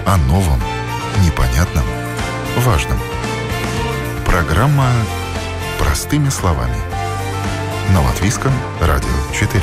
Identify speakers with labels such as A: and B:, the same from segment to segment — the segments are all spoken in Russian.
A: О новом, непонятном, важном. Программа «Простыми словами». На Латвийском радио 4.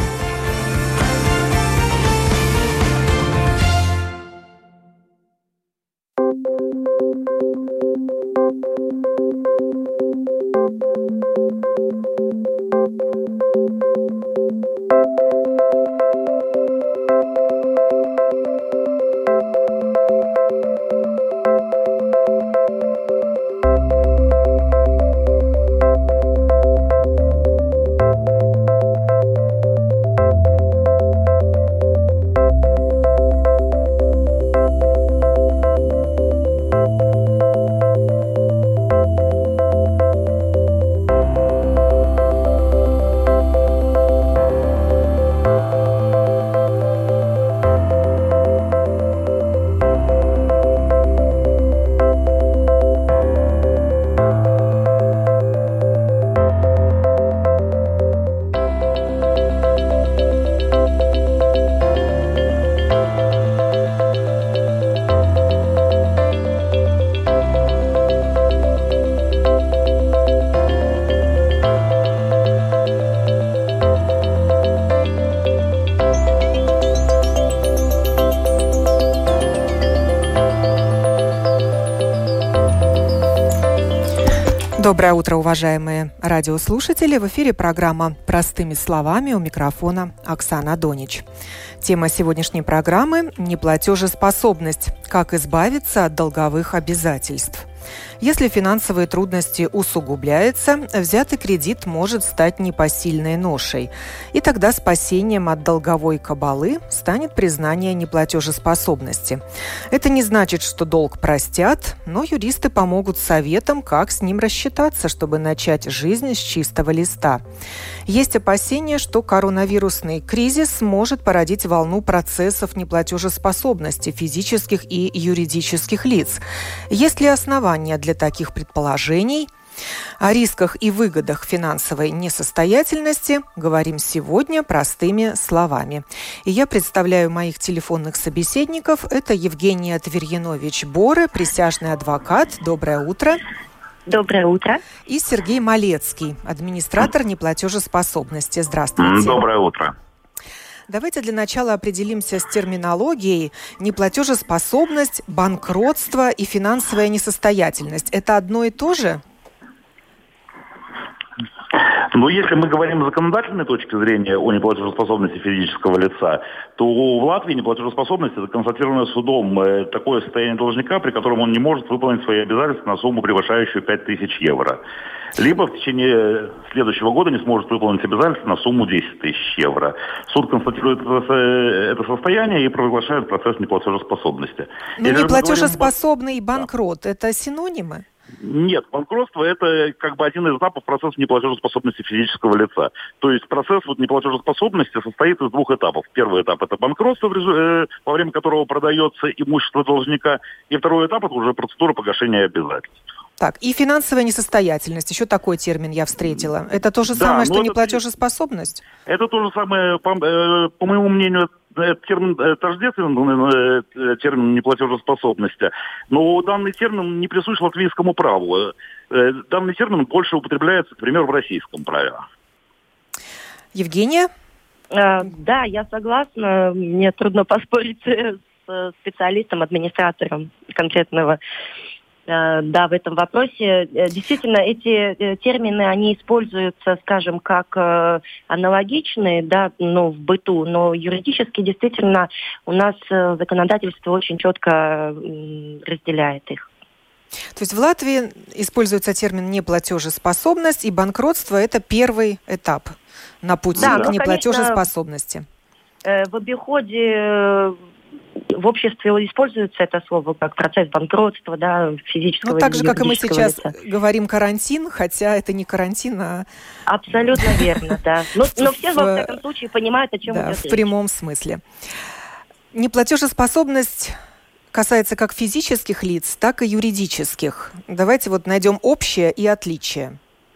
B: Доброе утро, уважаемые радиослушатели. В эфире программа «Простыми словами», у микрофона Оксана Донич. Тема сегодняшней программы – неплатежеспособность. Как избавиться от долговых обязательств. Если финансовые трудности усугубляются, взятый кредит может стать непосильной ношей. И тогда спасением от долговой кабалы станет признание неплатежеспособности. Это не значит, что долг простят, но юристы помогут советам, как с ним рассчитаться, чтобы начать жизнь с чистого листа. Есть опасения, что коронавирусный кризис может породить волну процессов неплатежеспособности физических и юридических лиц. Есть ли основания для таких предположений? О рисках и выгодах финансовой несостоятельности говорим сегодня простыми словами. И я представляю моих телефонных собеседников. Это Евгения Тверьянович-Боре, присяжный адвокат. Доброе утро.
C: Доброе утро.
B: И Сергей Малецкий, администратор неплатежеспособности. Здравствуйте.
D: Доброе утро.
B: Давайте для начала определимся с терминологией. Неплатежеспособность, банкротство и финансовая несостоятельность – это одно и то же?
D: Ну, если мы говорим с законодательной точки зрения о неплатежеспособности физического лица, то в Латвии неплатежеспособность – это констатированное судом такое состояние должника, при котором он не может выполнить свои обязательства на сумму, превышающую 5000 евро. Либо в течение следующего года не сможет выполнить обязательства на сумму 10 тысяч евро. Суд констатирует это состояние и провозглашает процесс неплатежеспособности.
B: Но неплатежеспособный и банкрот – это синонимы?
D: Нет, банкротство – это как бы один из этапов процесса неплатежеспособности физического лица. То есть процесс неплатежеспособности состоит из двух этапов. Первый этап – это банкротство, во время которого продается имущество должника. И второй этап – это уже процедура погашения обязательств.
B: Так, и финансовая несостоятельность. Еще такой термин я встретила. Это то же самое, что неплатежеспособность?
D: Это то же самое, по моему мнению, термин тождественный термин неплатежеспособности, но данный термин не присущ латвийскому праву. Данный термин больше употребляется, например, в российском праве.
B: Евгения?
C: Да, я согласна. Мне трудно поспорить с специалистом, администратором конкретного. Да, в этом вопросе. Действительно, эти термины, они используются, скажем, как аналогичные, да, в быту, но юридически действительно у нас законодательство очень четко разделяет их.
B: То есть в Латвии используется термин неплатежеспособность, и банкротство – это первый этап на пути к неплатежеспособности.
C: Конечно, в обиходе в обществе используется это слово как процесс банкротства, да, физического и юридического лица. Так же, как и мы сейчас
B: говорим карантин, хотя это не карантин, а...
C: Абсолютно верно, да. Но все, во всяком случае, понимают, о чем идет речь.
B: В прямом смысле. Неплатежеспособность касается как физических лиц, так и юридических. Давайте найдем общее и отличие.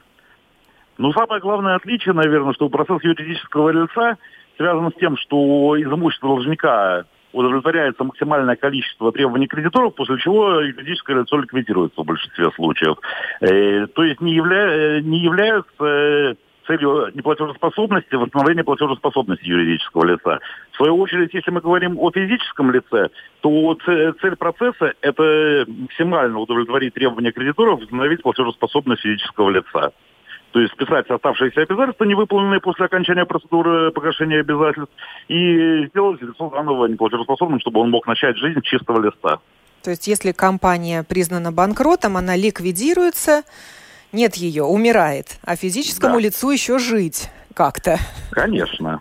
D: Самое главное отличие, наверное, что процесс юридического лица связан с тем, что из имущества должника удовлетворяется максимальное количество требований кредиторов, после чего юридическое лицо ликвидируется в большинстве случаев. То есть не являются целью неплатежеспособности восстановление платежеспособности юридического лица. В свою очередь, если мы говорим о физическом лице, то цель процесса – это максимально удовлетворить требования кредиторов, восстановить платежеспособность физического лица. То есть списать оставшиеся обязательства, невыполненные после окончания процедуры погашения обязательств, и сделать лицо заново неплатежеспособным, чтобы он мог начать жизнь с чистого листа.
B: То есть если компания признана банкротом, она ликвидируется, нет ее, умирает, а физическому лицу еще жить как-то.
D: Конечно.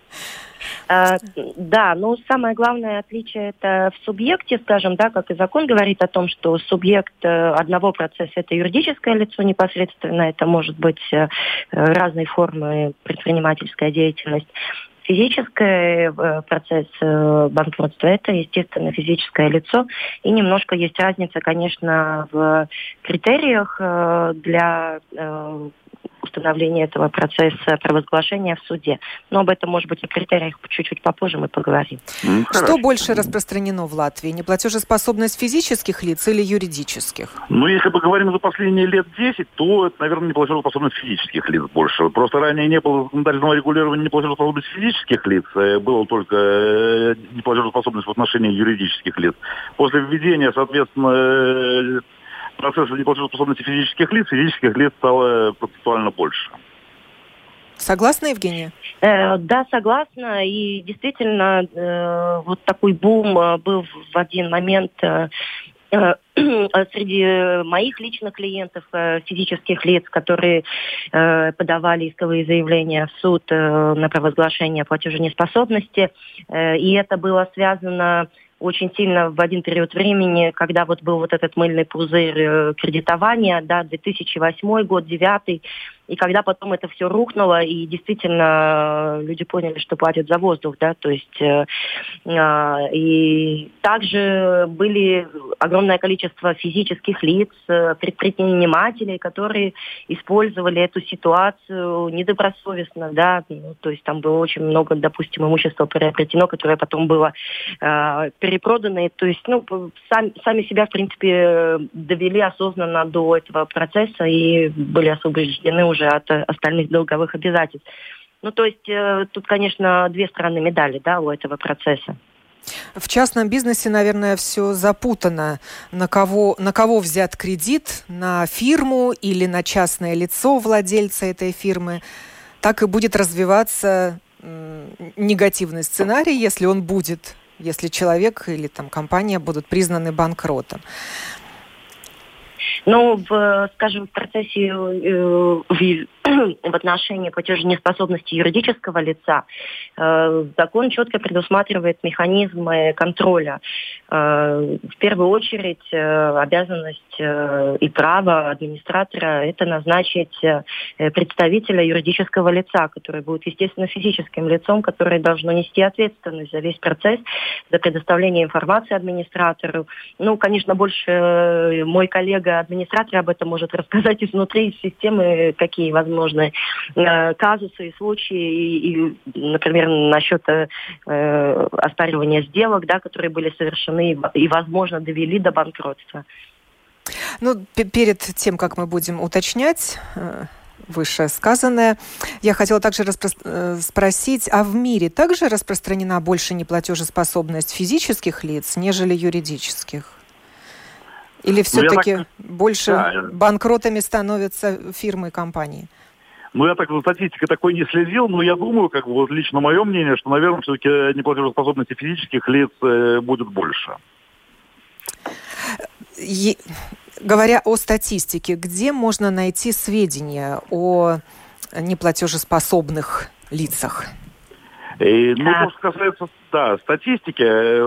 C: Да, но самое главное отличие это в субъекте, скажем, да, как и закон говорит о том, что субъект одного процесса это юридическое лицо непосредственно, это может быть разные формы предпринимательской деятельности. Физический процесс банкротства – это, естественно, физическое лицо. И немножко есть разница, конечно, в критериях для установления этого процесса провозглашения в суде. Но об этом, может быть, о критериях чуть-чуть попозже мы поговорим.
B: Что больше распространено в Латвии? Неплатежеспособность физических лиц или юридических?
D: Если мы говорим за последние лет 10, то это, наверное, неплатежеспособность физических лиц больше. Просто ранее не было законодательного регулирования неплатежеспособности физических лиц, было только неплатежеспособность в отношении юридических лиц. После введения, соответственно, процесса неплатежеспособности физических лиц стало процессуально больше.
B: Согласна, Евгения?
C: Да, согласна. И действительно, вот такой бум был в один момент среди моих личных клиентов, физических лиц, которые подавали исковые заявления в суд на провозглашение платеженеспособности. И это было связано очень сильно в один период времени, когда вот был вот этот мыльный пузырь кредитования, да, 2008 год, 2009, и когда потом это все рухнуло, и действительно люди поняли, что платят за воздух, да, то есть и также были огромное количество физических лиц, предпринимателей, которые использовали эту ситуацию недобросовестно, да, то есть там было очень много, допустим, имущества приобретено, которое потом было перепродано, то есть, сами себя, в принципе, довели осознанно до этого процесса и были освобождены уже от остальных долговых обязательств. То есть тут, конечно, две стороны медали, да, у этого процесса.
B: В частном бизнесе, наверное, все запутано. На кого взят кредит? На фирму или на частное лицо владельца этой фирмы? Так и будет развиваться негативный сценарий, если он будет, если человек или там компания будут признаны банкротом.
C: Скажем, в процессе в отношении платеженеспособности юридического лица закон четко предусматривает механизмы контроля. В первую очередь обязанность и право администратора – это назначить представителя юридического лица, который будет, естественно, физическим лицом, которое должно нести ответственность за весь процесс, за предоставление информации администратору. Конечно, больше мой коллега-администратор об этом может рассказать изнутри системы, какие возможны казусы и случаи, и, например, насчет оспаривания сделок, да, которые были совершены и, возможно, довели до банкротства.
B: Перед тем, как мы будем уточнять вышесказанное, я хотела также спросить, а в мире также распространена больше неплатежеспособность физических лиц, нежели юридических? Или все-таки больше банкротами становятся фирмы и компании?
D: Я так за статистикой такой не следил, но я думаю, лично мое мнение, что, наверное, все-таки неплатежеспособности физических лиц будет больше.
B: Говоря о статистике, где можно найти сведения о неплатежеспособных лицах?
D: Что касается статистики,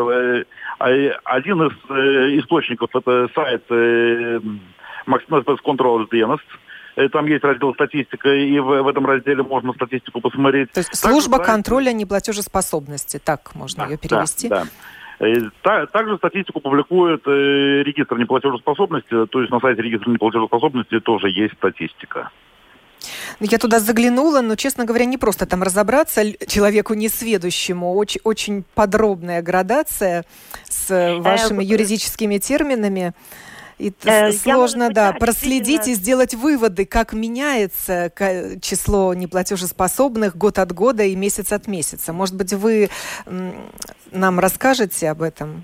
D: один из источников – это сайт Максимальный контроль dienest. Там есть раздел «Статистика», и в этом разделе можно статистику посмотреть.
B: То есть служба контроля неплатежеспособности, так можно ее перевести?
D: Да. Также статистику публикует регистр неплатежеспособности, то есть на сайте регистра неплатежеспособности тоже есть статистика.
B: Я туда заглянула, но, честно говоря, не просто там разобраться человеку несведущему. Очень, очень подробная градация с вашими юридическими терминами. И сложно, проследить и сделать выводы, как меняется число неплатежеспособных год от года и месяц от месяца. Может быть, вы нам расскажете об этом?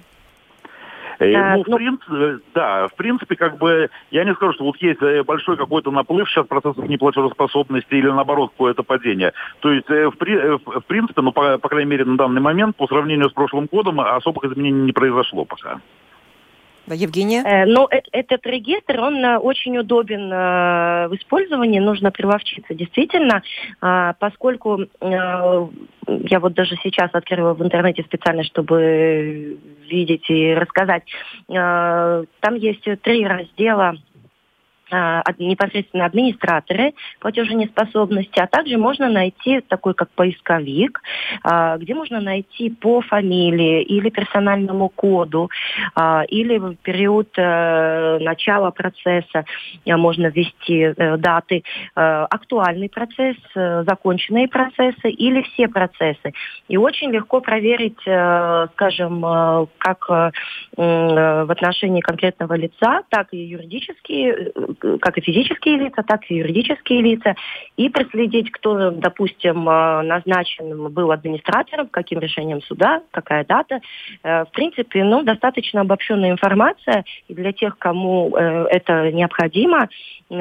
D: В принципе, как бы, я не скажу, что вот есть большой какой-то наплыв сейчас процессов неплатежеспособности или, наоборот, какое-то падение. То есть, в принципе, по крайней мере, на данный момент, по сравнению с прошлым годом, особых изменений не произошло пока.
B: Да, Евгения?
C: Этот регистр, он очень удобен в использовании, нужно приловчиться. Действительно, поскольку я вот даже сейчас открыла в интернете специально, чтобы видеть и рассказать, там есть 3 раздела. Непосредственно администраторы платеженеспособности, а также можно найти такой как поисковик, где можно найти по фамилии или персональному коду, или в период начала процесса можно ввести даты, актуальный процесс, законченные процессы или все процессы. И очень легко проверить, скажем, как в отношении конкретного лица, так и юридические, как и физические лица, так и юридические лица, и проследить, кто, допустим, назначен был администратором, каким решением суда, какая дата. В принципе, достаточно обобщенная информация, и для тех, кому это необходимо,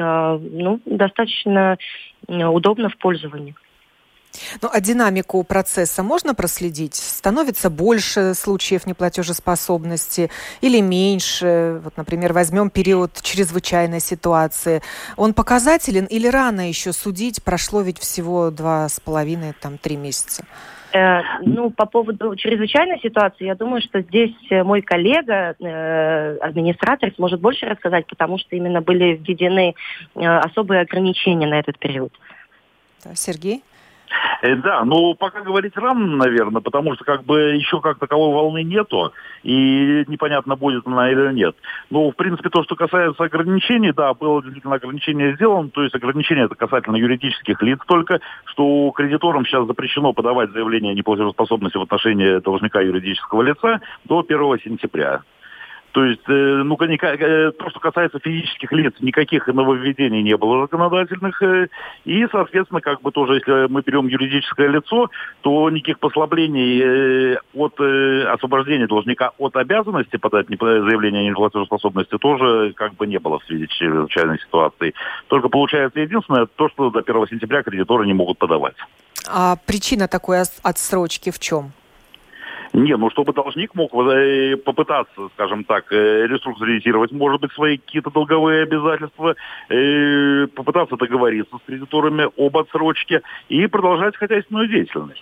C: достаточно удобно в пользовании.
B: А динамику процесса можно проследить? Становится больше случаев неплатежеспособности или меньше? Вот, например, возьмем период чрезвычайной ситуации. Он показателен или рано еще судить? Прошло ведь всего 2,5-3 месяца.
C: По поводу чрезвычайной ситуации, я думаю, что здесь мой коллега, администратор, сможет больше рассказать, потому что именно были введены особые ограничения на этот период.
B: Да, Сергей?
D: Да, пока говорить рано, наверное, потому что еще как таковой волны нету, и непонятно, будет она или нет. В принципе, то, что касается ограничений, да, было действительно ограничение сделано, то есть ограничение это касательно юридических лиц только, что кредиторам сейчас запрещено подавать заявление о неплатежеспособности в отношении должника юридического лица до 1 сентября. То есть, то, что касается физических лиц, никаких нововведений не было законодательных. И, соответственно, тоже, если мы берем юридическое лицо, то никаких послаблений от освобождения должника от обязанности подать заявление о неплатежеспособности тоже не было в связи с чрезвычайной ситуацией. Только получается единственное, то, что до 1 сентября кредиторы не могут подавать.
B: А причина такой отсрочки в чем?
D: Чтобы должник мог попытаться, скажем так, реструктуризировать, может быть, свои какие-то долговые обязательства, попытаться договориться с кредиторами об отсрочке и продолжать хозяйственную деятельность.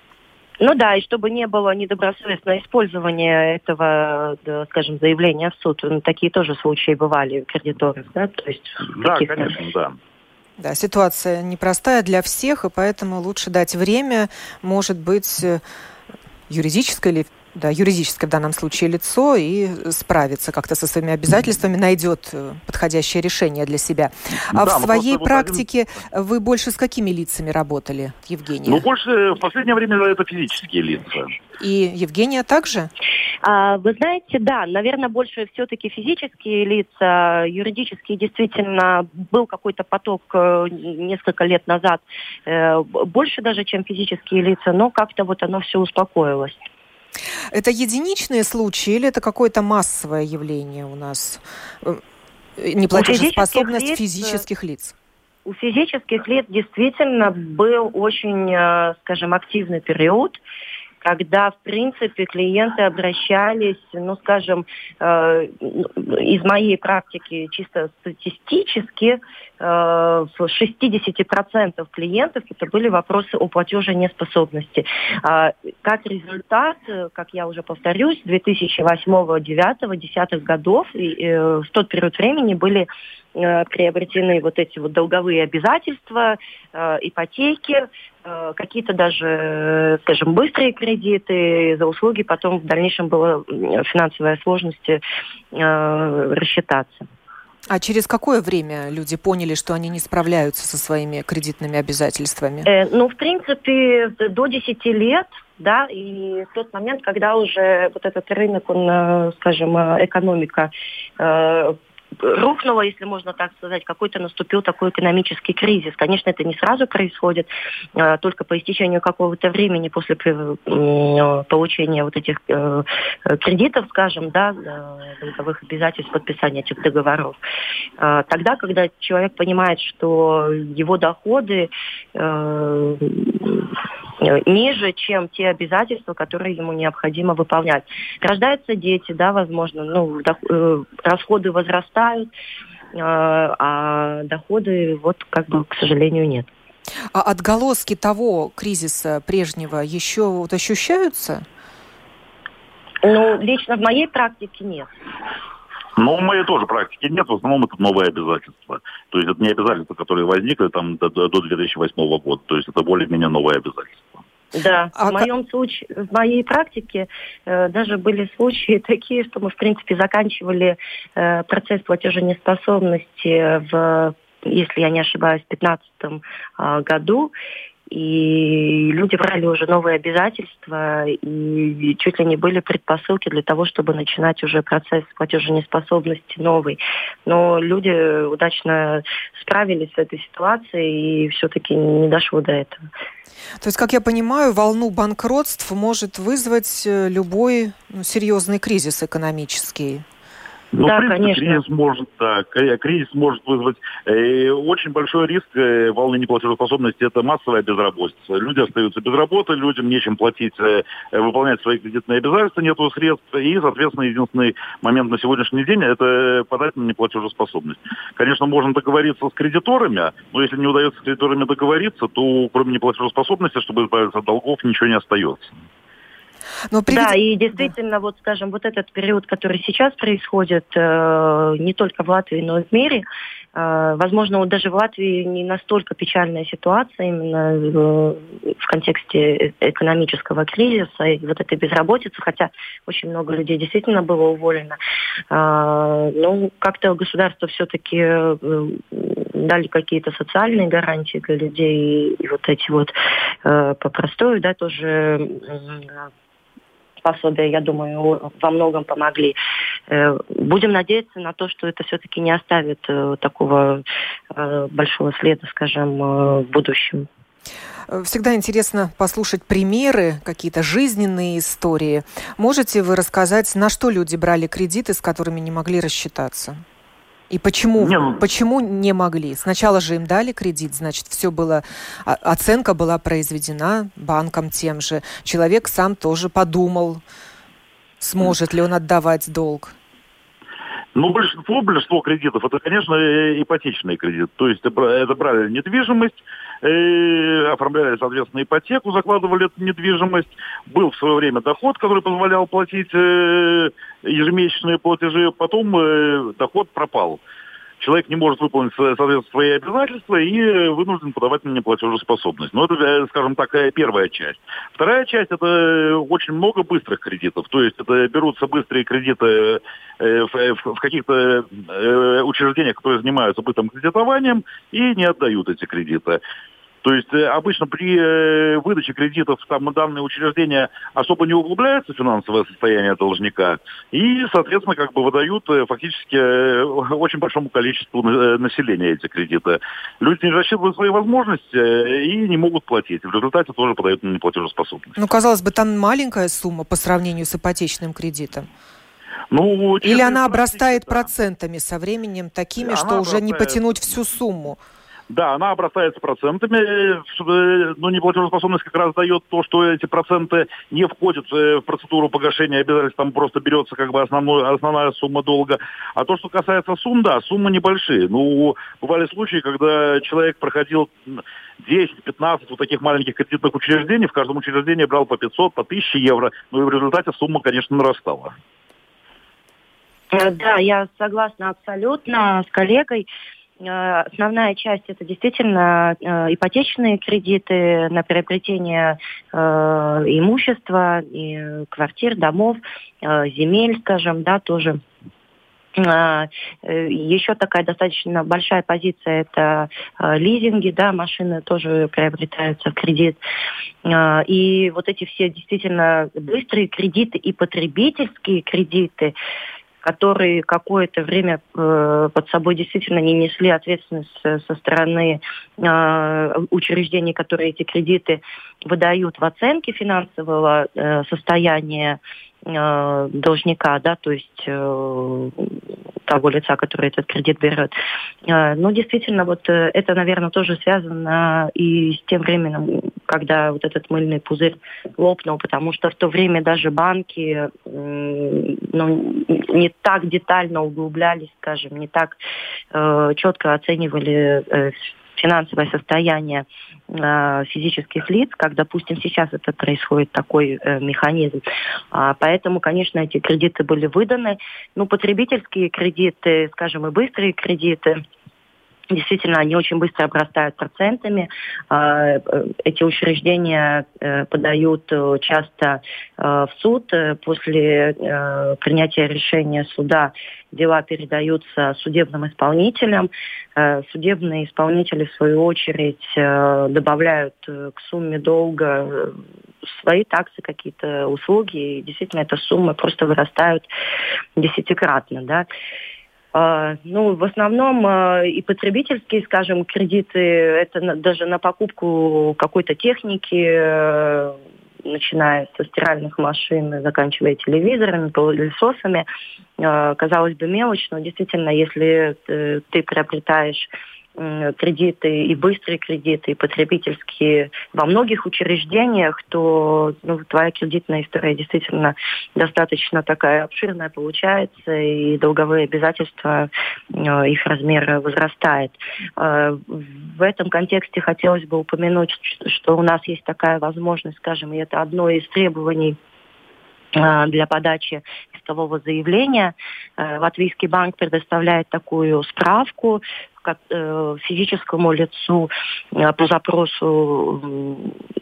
C: И чтобы не было недобросовестного использования этого, скажем, заявления в суд. Такие тоже случаи бывали у кредиторов, да? То есть,
D: конечно, да.
B: Да, ситуация непростая для всех, и поэтому лучше дать время, может быть, юридическое в данном случае лицо и справиться как-то со своими обязательствами, найдет подходящее решение для себя. В своей практике вы больше с какими лицами работали, Евгения?
D: Больше в последнее время это физические лица.
B: И Евгения также?
C: Вы знаете, да, наверное, больше все-таки физические лица, юридические действительно был какой-то поток несколько лет назад, больше даже, чем физические лица, но как-то оно все успокоилось.
B: Это единичные случаи или это какое-то массовое явление у нас? Неплатежеспособность физических лиц?
C: У физических лиц действительно был очень, скажем, активный период, когда, в принципе, клиенты обращались, из моей практики чисто статистически, в 60% клиентов это были вопросы о платеженеспособности. Как результат, как я уже повторюсь, 2008, 2009, 2010 годов в тот период времени были приобретены эти долговые обязательства, ипотеки, какие-то даже, скажем, быстрые кредиты за услуги, потом в дальнейшем была финансовая сложность рассчитаться.
B: А через какое время люди поняли, что они не справляются со своими кредитными обязательствами?
C: В принципе, до 10 лет, да, и в тот момент, когда уже вот этот рынок, он, скажем, экономика рухнула, если можно так сказать, какой-то наступил такой экономический кризис. Конечно, это не сразу происходит, только по истечению какого-то времени после получения вот этих кредитов, скажем, да, долговых обязательств, подписания этих договоров. Тогда, когда человек понимает, что его доходы ниже, чем те обязательства, которые ему необходимо выполнять. Рождаются дети, да, возможно, расходы возрастают, а доходы, вот, как бы, к сожалению, нет.
B: А отголоски того кризиса прежнего еще вот ощущаются?
C: Лично в моей практике нет.
D: В моей тоже практики нет, в основном это новые обязательства. То есть это не обязательства, которые возникли там до 2008 года, то есть это более-менее новые обязательства.
C: Да, в моей практике даже были случаи такие, что мы, в принципе, заканчивали процесс платеженеспособности если я не ошибаюсь, в 2015 году. И люди брали уже новые обязательства, и чуть ли не были предпосылки для того, чтобы начинать уже процесс платеженеспособности новый. Но люди удачно справились с этой ситуацией, и все-таки не дошло до этого.
B: То есть, как я понимаю, волну банкротств может вызвать любой серьезный кризис экономический.
C: Да, в принципе, конечно.
D: Кризис может вызвать очень большой риск волны неплатежеспособности. Это массовая безработица. Люди остаются без работы, людям нечем платить, выполнять свои кредитные обязательства, нету средств. И, соответственно, единственный момент на сегодняшний день – это подать на неплатежеспособность. Конечно, можно договориться с кредиторами, но если не удается с кредиторами договориться, то кроме неплатежеспособности, чтобы избавиться от долгов, ничего не остается.
C: Да, и действительно, вот, скажем, вот этот период, который сейчас происходит, не только в Латвии, но и в мире, возможно, вот даже в Латвии не настолько печальная ситуация именно в контексте экономического кризиса и вот этой безработицы, хотя очень много людей действительно было уволено. Но как-то государство все-таки дали какие-то социальные гарантии для людей, и вот эти вот по простою, да, тоже пособия, я думаю, во многом помогли. Будем надеяться на то, что это все-таки не оставит такого большого следа, скажем, в будущем.
B: Всегда интересно послушать примеры, какие-то жизненные истории. Можете вы рассказать, на что люди брали кредиты, с которыми не могли рассчитаться? И почему не могли? Сначала же им дали кредит, значит, все было, оценка была произведена банком тем же. Человек сам тоже подумал, сможет ли он отдавать долг.
D: Большинство кредитов, это, конечно, ипотечный кредит. То есть это брали недвижимость, оформляли, соответственно, ипотеку, закладывали эту недвижимость. Был в свое время доход, который позволял платить ежемесячные платежи. Потом доход пропал. Человек не может выполнить, соответственно, свои обязательства и вынужден подавать на неплатежеспособность. Но это, скажем так, первая часть. Вторая часть – это очень много быстрых кредитов. То есть это берутся быстрые кредиты в каких-то учреждениях, которые занимаются быстрым кредитованием, и не отдают эти кредиты. То есть обычно при выдаче кредитов там данные учреждения особо не углубляются в финансовое состояние должника и, соответственно, как бы выдают фактически очень большому количеству населения эти кредиты. Люди не рассчитывают свои возможности и не могут платить. В результате тоже подают на неплатежеспособность.
B: Казалось бы, там маленькая сумма по сравнению с ипотечным кредитом. Или она обрастает процентами со временем такими, что уже не потянуть всю сумму?
D: Да, она обрастает процентами, но неплатежеспособность как раз дает то, что эти проценты не входят в процедуру погашения обязательств, там просто берется как бы основная сумма долга. А то, что касается сумм, да, суммы небольшие. Бывали случаи, когда человек проходил 10-15 вот таких маленьких кредитных учреждений, в каждом учреждении брал по 500, по 1000 евро, и в результате сумма, конечно, нарастала.
C: Да, я согласна абсолютно с коллегой. Основная часть это действительно ипотечные кредиты на приобретение имущества, квартир, домов, земель, скажем, да, тоже. Еще такая достаточно большая позиция – это лизинги, да, машины тоже приобретаются в кредит. И вот эти все действительно быстрые кредиты и потребительские кредиты, которые какое-то время под собой действительно не несли ответственность со стороны учреждений, которые эти кредиты выдают в оценке финансового состояния должника, да, то есть того лица, который этот кредит берет. Ну, действительно, вот это, наверное, тоже связано и с тем временем, когда вот этот мыльный пузырь лопнул, потому что в то время даже банки не так детально углублялись, скажем, не так четко оценивали финансовое состояние физических лиц, как, допустим, сейчас это происходит, такой механизм. Поэтому, конечно, эти кредиты были выданы. Ну, потребительские кредиты, скажем, и быстрые кредиты, действительно, они очень быстро обрастают процентами. Эти учреждения подают часто в суд. После принятия решения суда дела передаются судебным исполнителям. Судебные исполнители, в свою очередь, добавляют к сумме долга свои таксы, какие-то услуги. И действительно, эта сумма просто вырастает десятикратно, да. Ну, в основном и потребительские, скажем, кредиты, это даже на покупку какой-то техники, начиная со стиральных машин, заканчивая телевизорами, пылесосами. Казалось бы, мелочь, но действительно, если ты приобретаешь кредиты, и быстрые кредиты, и потребительские во многих учреждениях, то твоя кредитная история действительно достаточно такая обширная получается, и долговые обязательства, их размер возрастает. В этом контексте хотелось бы упомянуть, что у нас есть такая возможность, скажем, и это одно из требований для подачи искового заявления. Латвийский банк предоставляет такую справку физическому лицу по запросу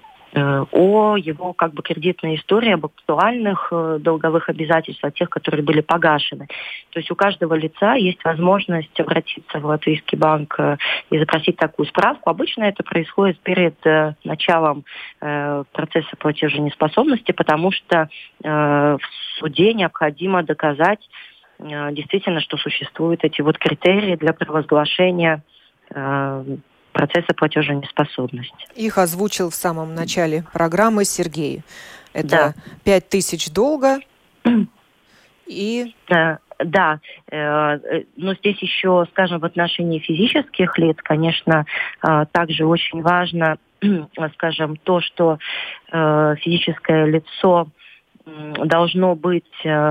C: о его кредитной истории, об актуальных долговых обязательствах, тех, которые были погашены. То есть у каждого лица есть возможность обратиться в Латвийский банк и запросить такую справку. Обычно это происходит перед началом процесса платеженеспособности, потому что в суде необходимо доказать действительно, что существуют эти вот критерии для провозглашения процесса платеженеспособности.
B: Их озвучил в самом начале программы Сергей. Это 5000 долга и...
C: Да, но здесь еще, скажем, в отношении физических лиц, конечно, также очень важно, скажем, то, что физическое лицо должно быть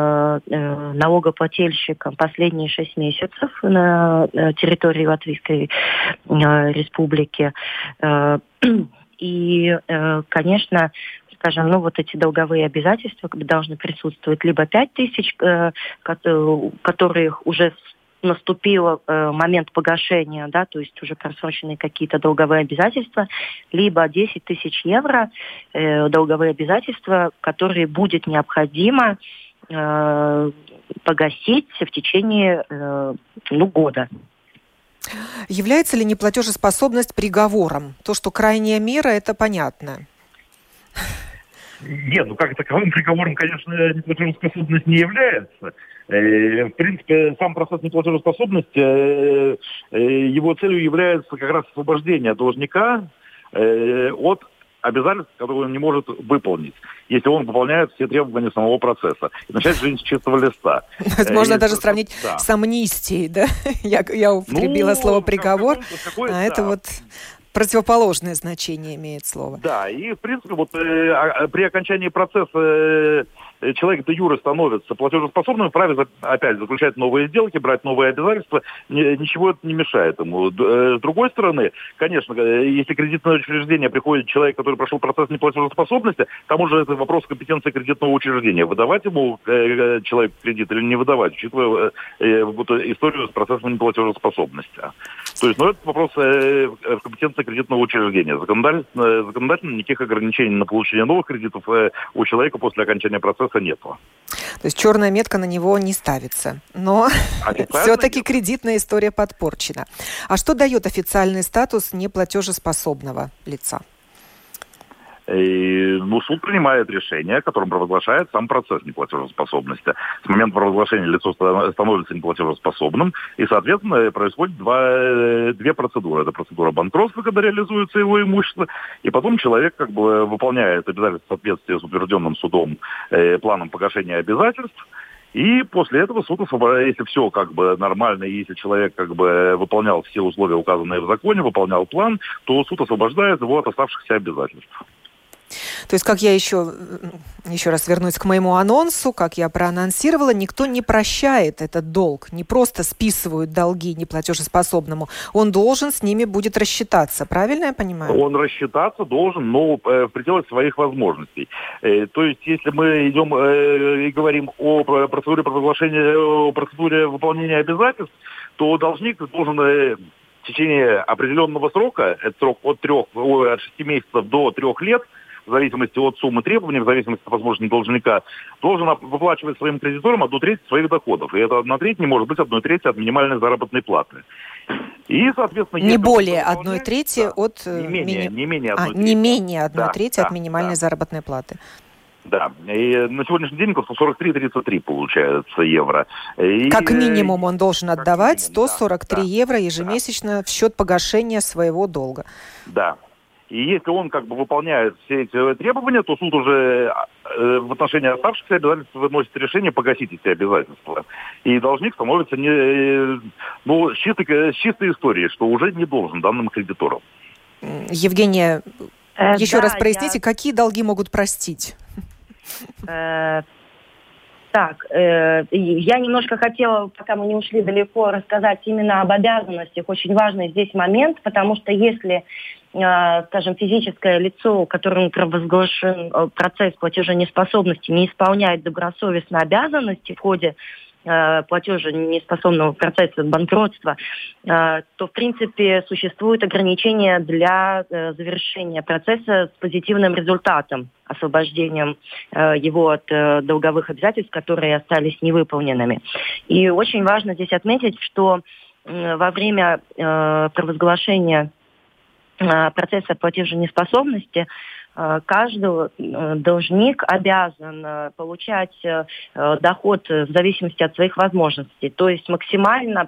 C: налогоплательщиком последние 6 месяцев на территории Латвийской Республики. И, конечно, скажем, вот эти долговые обязательства должны присутствовать либо 5000, которых уже наступил момент погашения, да, то есть уже просроченные какие-то долговые обязательства, либо 10 000 евро долговые обязательства, которые будет необходимо погасить в течение года.
B: Является ли неплатежеспособность приговором? То, что крайняя мера, это понятно.
D: Нет, как таковым приговором, конечно, неплатежеспособность не является. В принципе, сам процесс неплатежеспособности, его целью является как раз освобождение должника от обязательств, которые он не может выполнить, если он выполняет все требования самого процесса. И начать жизнь с чистого листа.
B: Можно даже сравнить с амнистией, да? Я употребила слово «приговор», а это вот... Противоположное значение имеет слово.
D: Да, и в принципе при окончании процесса человек де-юре становится платежеспособным, вправе опять заключать новые сделки, брать новые обязательства, ничего это не мешает ему. С другой стороны, конечно, если кредитное учреждение приходит человек, который прошел процесс неплатежеспособности, там уже это вопрос компетенции кредитного учреждения. Выдавать ему человеку кредит или не выдавать, учитывая историю с процессом неплатежеспособности. То есть, это вопрос компетенции кредитного учреждения. Законодательно никаких ограничений на получение новых кредитов у человека после окончания процесса смысла нету.
B: То есть черная метка на него не ставится. Но все-таки кредитная история подпорчена. А что дает официальный статус неплатежеспособного лица?
D: Суд принимает решение, которым провозглашает сам процесс неплатежеспособности. С момента провозглашения лицо становится неплатежеспособным, и, соответственно, происходит две процедуры. Это процедура банкротства, когда реализуется его имущество, и потом человек выполняет обязательства в соответствии с утвержденным судом планом погашения обязательств. И после этого суд освобождает, если все нормально, и если человек выполнял все условия, указанные в законе, выполнял план, то суд освобождает его от оставшихся обязательств.
B: То есть, как я еще раз вернусь к моему анонсу, как я проанонсировала, никто не прощает этот долг, не просто списывают долги неплатежеспособному, он должен с ними будет рассчитаться, правильно я понимаю? Он рассчитаться должен, но в пределах своих возможностей.
D: То есть, если мы идем и говорим о процедуре провозглашения, о процедуре выполнения обязательств, то должник должен в течение определенного срока, это срок от 6 месяцев до 3 лет, в зависимости от суммы требований, в зависимости от возможности должника, должен выплачивать своим кредиторам 1/3 своих доходов. И это 1/3 не может быть 1/3 от минимальной заработной платы. И, соответственно...
B: Не более 1/3 от...
D: Не менее 1/3.
B: Не менее 1/3 от минимальной заработной платы.
D: Да, и на сегодняшний день 143,33 получается евро.
B: Как минимум он должен отдавать 143 евро ежемесячно в счет погашения своего долга.
D: Да. И если он выполняет все эти требования, то суд уже в отношении оставшихся обязательств выносит решение погасить эти обязательства. И должник становится с чистой историей, что уже не должен данным кредиторам.
B: Евгения, еще раз проясните, какие долги могут простить?
C: Я немножко хотела, пока мы не ушли далеко, рассказать именно об обязанностях. Очень важный здесь момент, потому что если, скажем, физическое лицо, которому провозглашен процесс платеженеспособности, не исполняет добросовестно обязанности в ходе платеженеспособного процесса банкротства, то, в принципе, существует ограничение для завершения процесса с позитивным результатом, освобождением его от долговых обязательств, которые остались невыполненными. И очень важно здесь отметить, что во время провозглашения процесса платеженеспособности каждый должник обязан получать доход в зависимости от своих возможностей. То есть максимально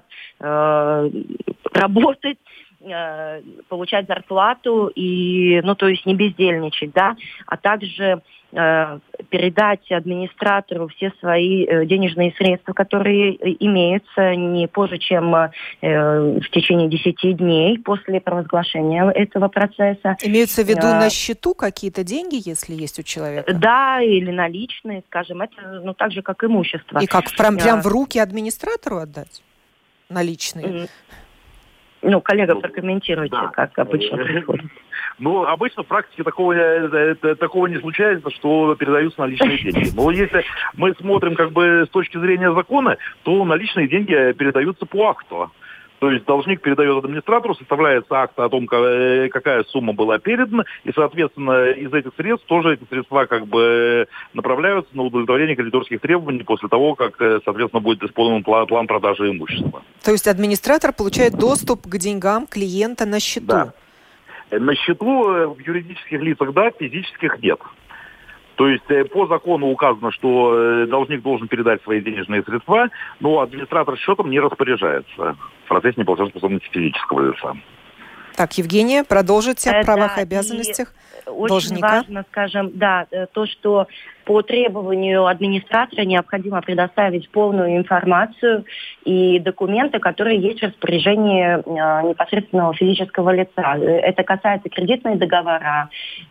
C: работать, получать зарплату и, то есть не бездельничать, да, а также передать администратору все свои денежные средства, которые имеются не позже, чем в течение 10 дней после провозглашения этого процесса.
B: Имеются в виду на счету какие-то деньги, если есть у человека?
C: Да, или наличные, скажем, это так же, как имущество.
B: И как прям в руки администратору отдать наличные?
C: Коллега, прокомментируйте, как обычно происходит.
D: Обычно в практике такого не случается, что передаются наличные деньги. Но если мы смотрим с точки зрения закона, то наличные деньги передаются по акту. То есть должник передает администратору, составляется акт о том, какая сумма была передана, и, соответственно, из этих средств тоже эти средства направляются на удовлетворение кредиторских требований после того, как, соответственно, будет исполнен план продажи имущества.
B: То есть администратор получает доступ к деньгам клиента на счету?
D: Да. На счету в юридических лицах да, физических нет. То есть по закону указано, что должник должен передать свои денежные средства, но администратор счетом не распоряжается в процессе неплатежеспособности физического лица.
B: Так, Евгения, продолжите о правах и обязанностях должника.
C: Очень важно, скажем, то, что по требованию администратора необходимо предоставить полную информацию и документы, которые есть в распоряжении непосредственного физического лица. Это касается кредитных договора,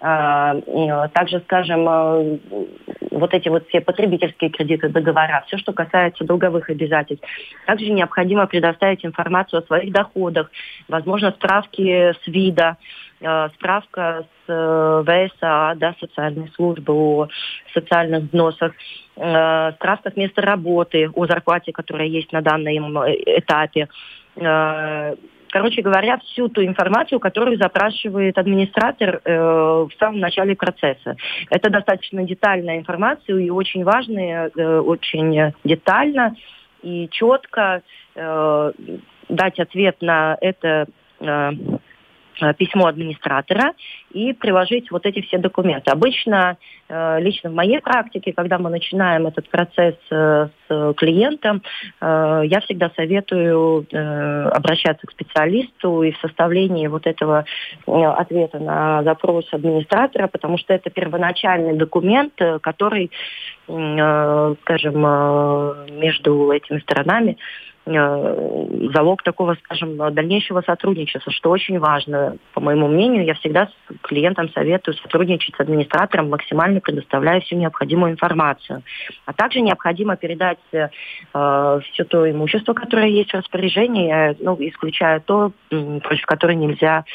C: также, скажем, все потребительские кредиты, договора, все, что касается долговых обязательств. Также необходимо предоставить информацию о своих доходах, возможно, справки с ВИДа, справка с ВСА, социальной службы, о социальных взносах, справка с места работы, о зарплате, которая есть на данном этапе, короче говоря, всю ту информацию, которую запрашивает администратор в самом начале процесса. Это достаточно детальная информация и очень важная, очень детально и четко дать ответ на это письмо администратора и приложить вот эти все документы. Обычно, лично в моей практике, когда мы начинаем этот процесс с клиентом, я всегда советую обращаться к специалисту и в составлении вот этого ответа на запрос администратора, потому что это первоначальный документ, который, скажем, между этими сторонами залог такого, скажем, дальнейшего сотрудничества, что очень важно. По моему мнению, я всегда с клиентам советую сотрудничать с администратором, максимально предоставляя всю необходимую информацию. А также необходимо передать все то имущество, которое есть в распоряжении, исключая то, против которого нельзя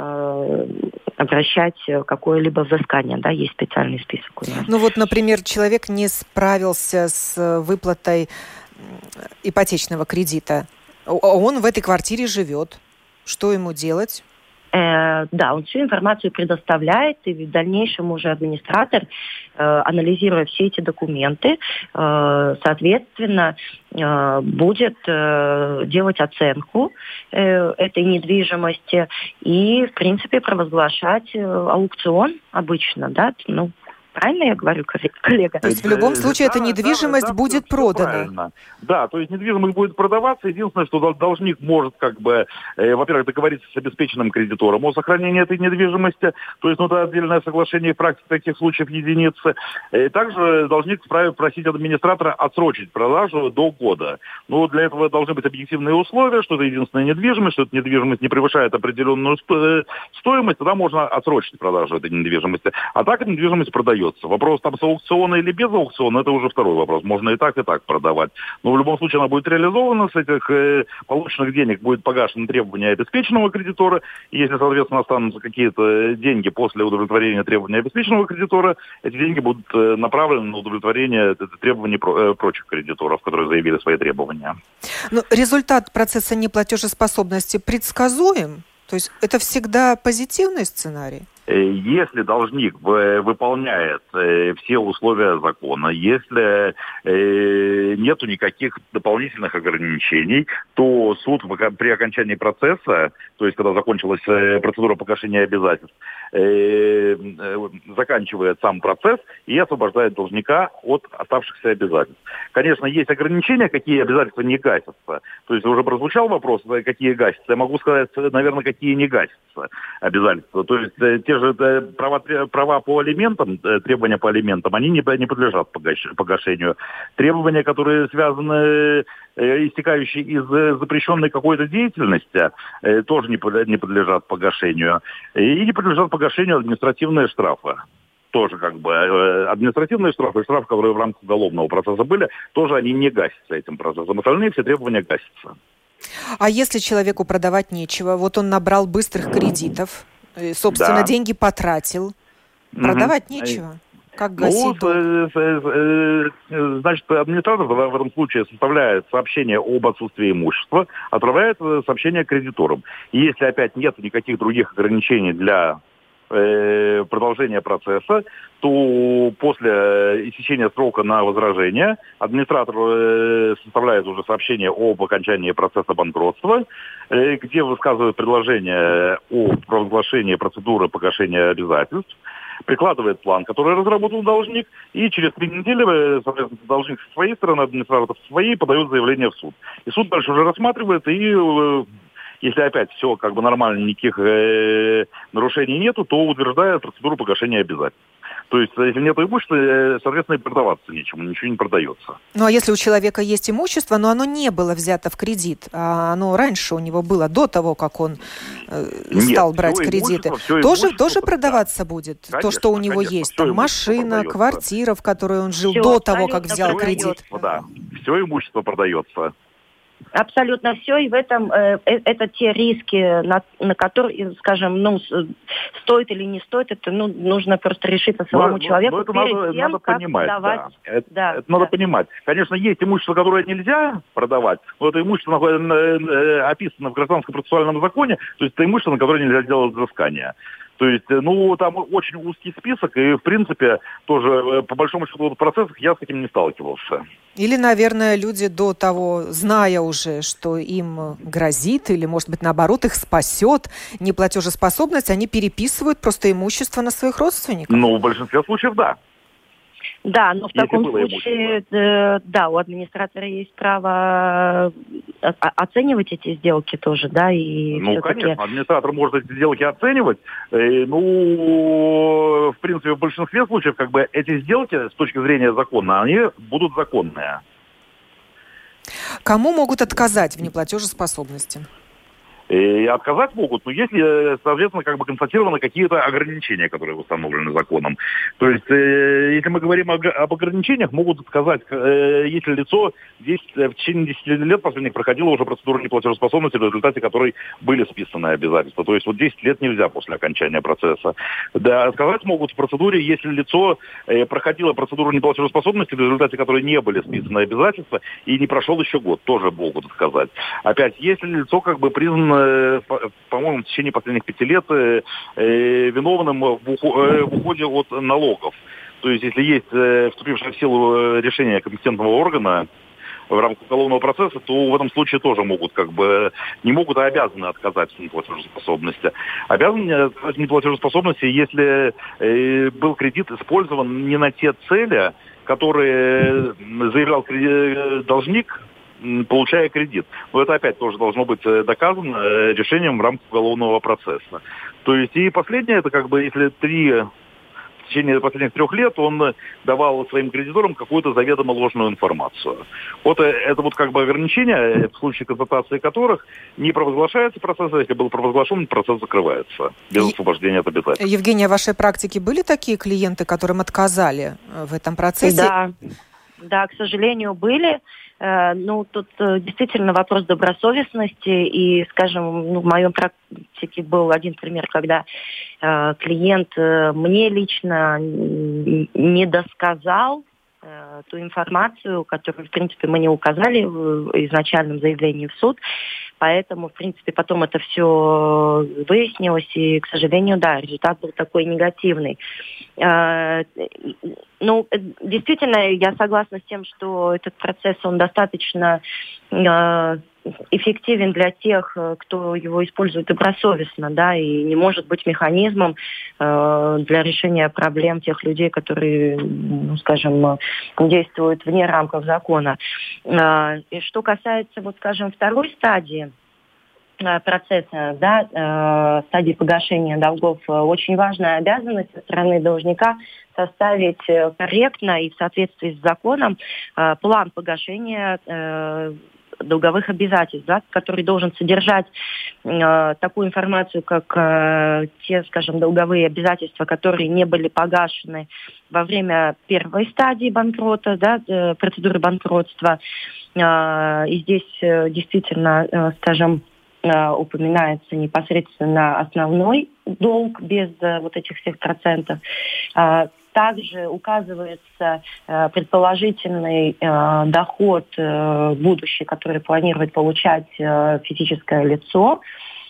C: обращать какое-либо взыскание. Да, есть специальный список у нас.
B: Ну вот, например, человек не справился с выплатой ипотечного кредита. Он в этой квартире живет. Что ему делать?
C: Да, он всю информацию предоставляет, и в дальнейшем уже администратор, анализируя все эти документы, соответственно, будет делать оценку этой недвижимости и, в принципе, провозглашать аукцион обычно, да, правильно я говорю, коллега?
B: То есть в любом случае эта недвижимость будет продана.
D: Правильно. Да, то есть недвижимость будет продаваться. Единственное, что должник может, во-первых, договориться с обеспеченным кредитором о сохранении этой недвижимости. То есть, это отдельное соглашение, в практике таких случаев единицы. Также должник вправе просить администратора отсрочить продажу до года. Но для этого должны быть объективные условия, что это единственная недвижимость, что эта недвижимость не превышает определенную стоимость, тогда можно отсрочить продажу этой недвижимости. А так эта недвижимость продается. Вопрос там с аукциона или без аукциона, это уже второй вопрос. Можно и так продавать. Но в любом случае она будет реализована, с этих полученных денег будет погашено требование обеспеченного кредитора. И если, соответственно, останутся какие-то деньги после удовлетворения требований обеспеченного кредитора, эти деньги будут направлены на удовлетворение требований прочих кредиторов, которые заявили свои требования.
B: Но результат процесса неплатежеспособности предсказуем? То есть это всегда позитивный сценарий?
D: Если должник выполняет все условия закона, если нету никаких дополнительных ограничений, то суд при окончании процесса, то есть когда закончилась процедура погашения обязательств, заканчивает сам процесс и освобождает должника от оставшихся обязательств. Конечно, есть ограничения, какие обязательства не гасятся. То есть уже прозвучал вопрос, какие гасятся. Я могу сказать, наверное, какие не гасятся обязательства. То есть те же права по алиментам, требования по алиментам, они не подлежат погашению. Требования, которые связаны, истекающие из запрещенной какой-то деятельности, тоже не подлежат погашению. И не подлежат погашению административные штрафы. Тоже административные штрафы, которые в рамках уголовного процесса были, тоже они не гасятся этим процессом. Остальные все требования гасятся.
B: А если человеку продавать нечего, вот он набрал быстрых кредитов, собственно, деньги потратил, продавать нечего? Как гасить долг?
D: Значит, администратор в этом случае составляет сообщение об отсутствии имущества, отправляет сообщение кредиторам. И если опять нет никаких других ограничений для продолжения процесса, то после истечения срока на возражение администратор составляет уже сообщение об окончании процесса банкротства, где высказывает предложение о провозглашении процедуры погашения обязательств, прикладывает план, который разработал должник, и через 3 недели, соответственно, должник со своей стороны, администратор со своей, подает заявление в суд. И суд дальше уже рассматривает, и если опять все нормально, никаких нарушений нету, то утверждает процедуру погашения обязательств. То есть, если нет имущества, соответственно, и продаваться нечему, ничего не продается.
B: Ну, а если у человека есть имущество, но оно не было взято в кредит, а оно раньше у него было, до того, как он стал брать кредиты, тоже продаваться будет? Конечно, то, что у него есть, там машина, квартира, в которой он жил до того, как взял кредит?
D: Да, все имущество продается.
C: Абсолютно все, и в этом это те риски, на которые, скажем, стоит или не стоит, это нужно просто решиться самому человеку перед тем,
D: надо
C: как
D: понимать,
C: продавать.
D: Да. Это надо понимать. Конечно, есть имущество, которое нельзя продавать, но это имущество описано в Гражданском процессуальном законе, то есть это имущество, на которое нельзя делать взыскание. То есть, там очень узкий список, и, в принципе, тоже, по большому счету, в процессах я с таким не сталкивался.
B: Или, наверное, люди до того, зная уже, что им грозит, или, может быть, наоборот, их спасет неплатежеспособность, они переписывают просто имущество на своих родственников?
D: В большинстве случаев, да.
C: Да, но в таком случае, у администратора есть право оценивать эти сделки тоже, да, и
D: конечно, администратор может эти сделки оценивать. В принципе, в большинстве случаев, эти сделки, с точки зрения закона, они будут законные.
B: Кому могут отказать в неплатежеспособности?
D: И отказать могут, но если, соответственно, констатированы какие-то ограничения, которые установлены законом. То есть, если мы говорим об ограничениях, могут отказать, если лицо здесь в течение 10 лет последних проходило уже процедуру неплатежеспособности, в результате которой были списаны обязательства. То есть, 10 лет нельзя после окончания процесса. Да, отказать могут в процедуре, если лицо проходило процедуру неплатежеспособности, в результате которой не были списаны обязательства, и не прошел еще год, тоже могут отказать. Опять, если лицо признано, по-моему, в течение последних 5 лет виновным в уходе от налогов. То есть, если есть вступившее в силу решение компетентного органа в рамках уголовного процесса, то в этом случае тоже могут, не могут, а обязаны отказать в неплатежеспособности. Обязаны отказать в неплатежеспособности, если был кредит использован не на те цели, которые заявлял должник, получая кредит. Но это опять тоже должно быть доказано решением в рамках уголовного процесса. То есть и последнее, это если в течение последних 3 лет он давал своим кредиторам какую-то заведомо ложную информацию. Это ограничение, в случае констатации которых не провозглашается процесс, а если был провозглашен, процесс закрывается без освобождения от обязательств.
B: Евгения, в вашей практике были такие клиенты, которым отказали в этом процессе?
C: Да, к сожалению, были. Тут действительно вопрос добросовестности. И, скажем, в моем практике был один пример, когда клиент мне лично не досказал ту информацию, которую, в принципе, мы не указали в изначальном заявлении в суд. Поэтому, в принципе, потом это все выяснилось, и, к сожалению, да, результат был такой негативный. Действительно, я согласна с тем, что этот процесс, он достаточно эффективен для тех, кто его использует добросовестно, да, и не может быть механизмом для решения проблем тех людей, которые, скажем, действуют вне рамков закона. И что касается, второй стадии процесса, да, стадии погашения долгов, очень важная обязанность со стороны должника составить корректно и в соответствии с законом план погашения долговых обязательств, да, который должен содержать такую информацию, как те, скажем, долговые обязательства, которые не были погашены во время первой стадии банкрота, да, процедуры банкротства. И здесь действительно, скажем, упоминается непосредственно основной долг без этих всех процентов. Также указывается предположительный доход будущий, который планирует получать физическое лицо.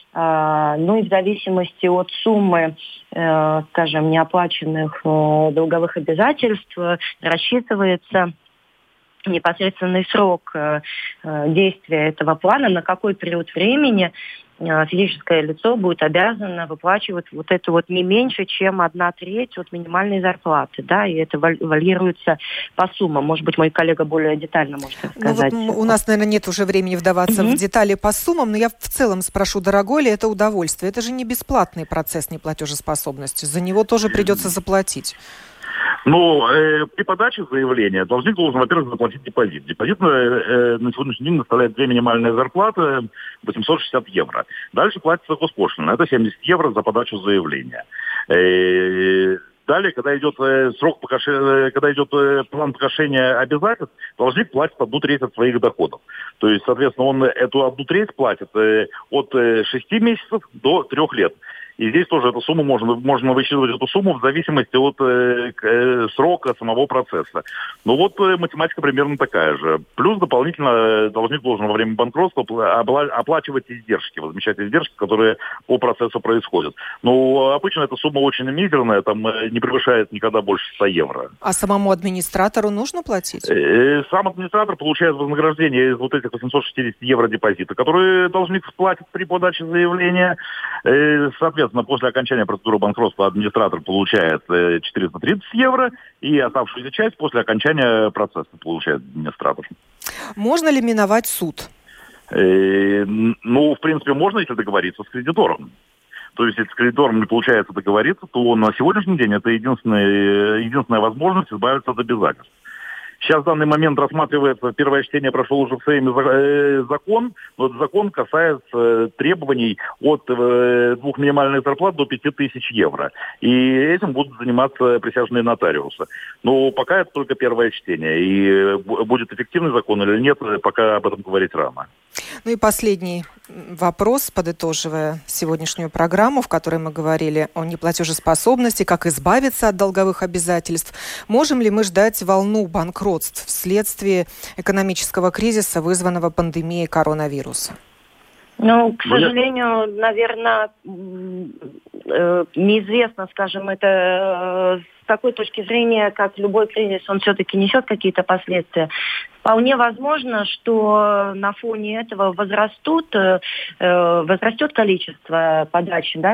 C: И в зависимости от суммы, скажем, неоплаченных долговых обязательств рассчитывается непосредственный срок действия этого плана, на какой период времени физическое лицо будет обязано выплачивать это не меньше, чем 1/3 от минимальной зарплаты, да, и это варьируется по суммам. Может быть, мой коллега более детально может рассказать.
B: У нас, наверное, нет уже времени вдаваться в детали по суммам, но я в целом спрошу, дорогое ли это удовольствие? Это же не бесплатный процесс неплатежеспособности, за него тоже придется заплатить.
D: При подаче заявления должник должен, во-первых, заплатить депозит. Депозит на сегодняшний день составляет 2 минимальные зарплаты, 860 евро. Дальше платится госпошлина. Это 70 евро за подачу заявления. Далее, когда идет срок погашения, когда идет план погашения обязательств, должник платит 1/3 от своих доходов. То есть, соответственно, он эту 1/3 платит от 6 месяцев до 3 лет. И здесь тоже эту сумму можно высчитывать эту сумму в зависимости от срока самого процесса. Ну вот математика примерно такая же. Плюс дополнительно должник должен во время банкротства оплачивать издержки, возмещать издержки, которые по процессу происходят. Но обычно эта сумма очень мизерная, там не превышает никогда больше 100 евро.
B: А самому администратору нужно платить?
D: Сам администратор получает вознаграждение из вот этих 860 евро депозита, которые должник сплатит при подаче заявления. Соответственно, после окончания процедуры банкротства администратор получает 430 евро, и оставшуюся часть после окончания процесса получает администратор.
B: Можно ли миновать суд?
D: Ну, в принципе, можно, если договориться с кредитором. То есть, если с кредитором не получается договориться, то на сегодняшний день это единственная возможность избавиться от обязательств. Сейчас в данный момент рассматривается, первое чтение прошло уже в Сейме закон, но этот закон касается требований от 2 минимальных зарплат до 5000 евро. И этим будут заниматься присяжные нотариусы. Но пока это только первое чтение. И будет эффективный закон или нет, пока об этом говорить рано.
B: Ну и последний вопрос, подытоживая сегодняшнюю программу, в которой мы говорили о неплатежеспособности, как избавиться от долговых обязательств. Можем ли мы ждать волну банкротств вследствие экономического кризиса, вызванного пандемией коронавируса?
C: Ну, к сожалению, наверное, неизвестно, скажем, это с такой точки зрения, как любой кризис, он все-таки несет какие-то последствия. Вполне возможно, что на фоне этого возрастет количество подач, да,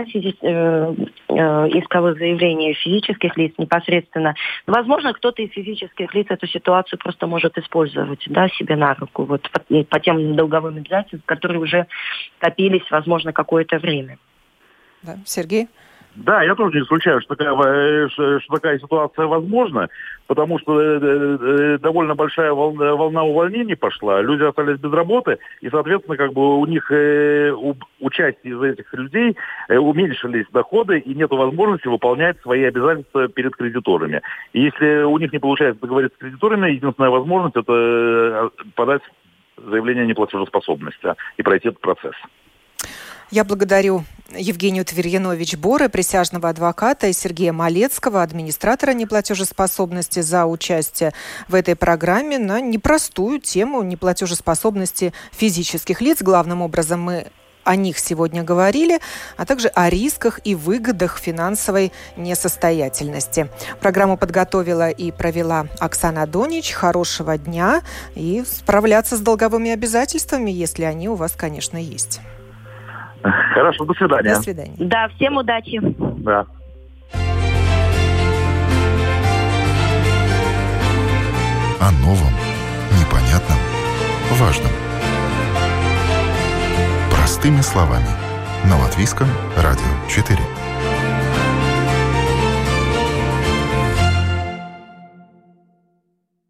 C: исковых заявлений физических лиц непосредственно. Возможно, кто-то из физических лиц эту ситуацию просто может использовать, да, себе на руку, вот, по тем долговым обязательствам, которые уже копились, возможно, какое-то время.
B: Да. Сергей?
D: Да, я тоже не исключаю, что такая ситуация возможна, потому что довольно большая волна увольнений пошла, люди остались без работы, и, соответственно, как бы у них, у части из этих людей уменьшились доходы, и нет возможности выполнять свои обязательства перед кредиторами. И если у них не получается договориться с кредиторами, единственная возможность – это подать заявление о неплатежеспособности и пройти этот процесс.
B: Я благодарю Евгению Тверьянович-Боры, присяжного адвоката, и Сергея Малецкого, администратора неплатежеспособности, за участие в этой программе на непростую тему неплатежеспособности физических лиц. Главным образом мы о них сегодня говорили, а также о рисках и выгодах финансовой несостоятельности. Программу подготовила и провела Оксана Донич. Хорошего дня и справляться с долговыми обязательствами, если они у вас, конечно, есть.
D: Хорошо, до свидания.
B: До свидания.
C: Да, всем удачи.
D: Да.
A: О новом, непонятном, важном. Простыми словами. На Латвийском радио 4.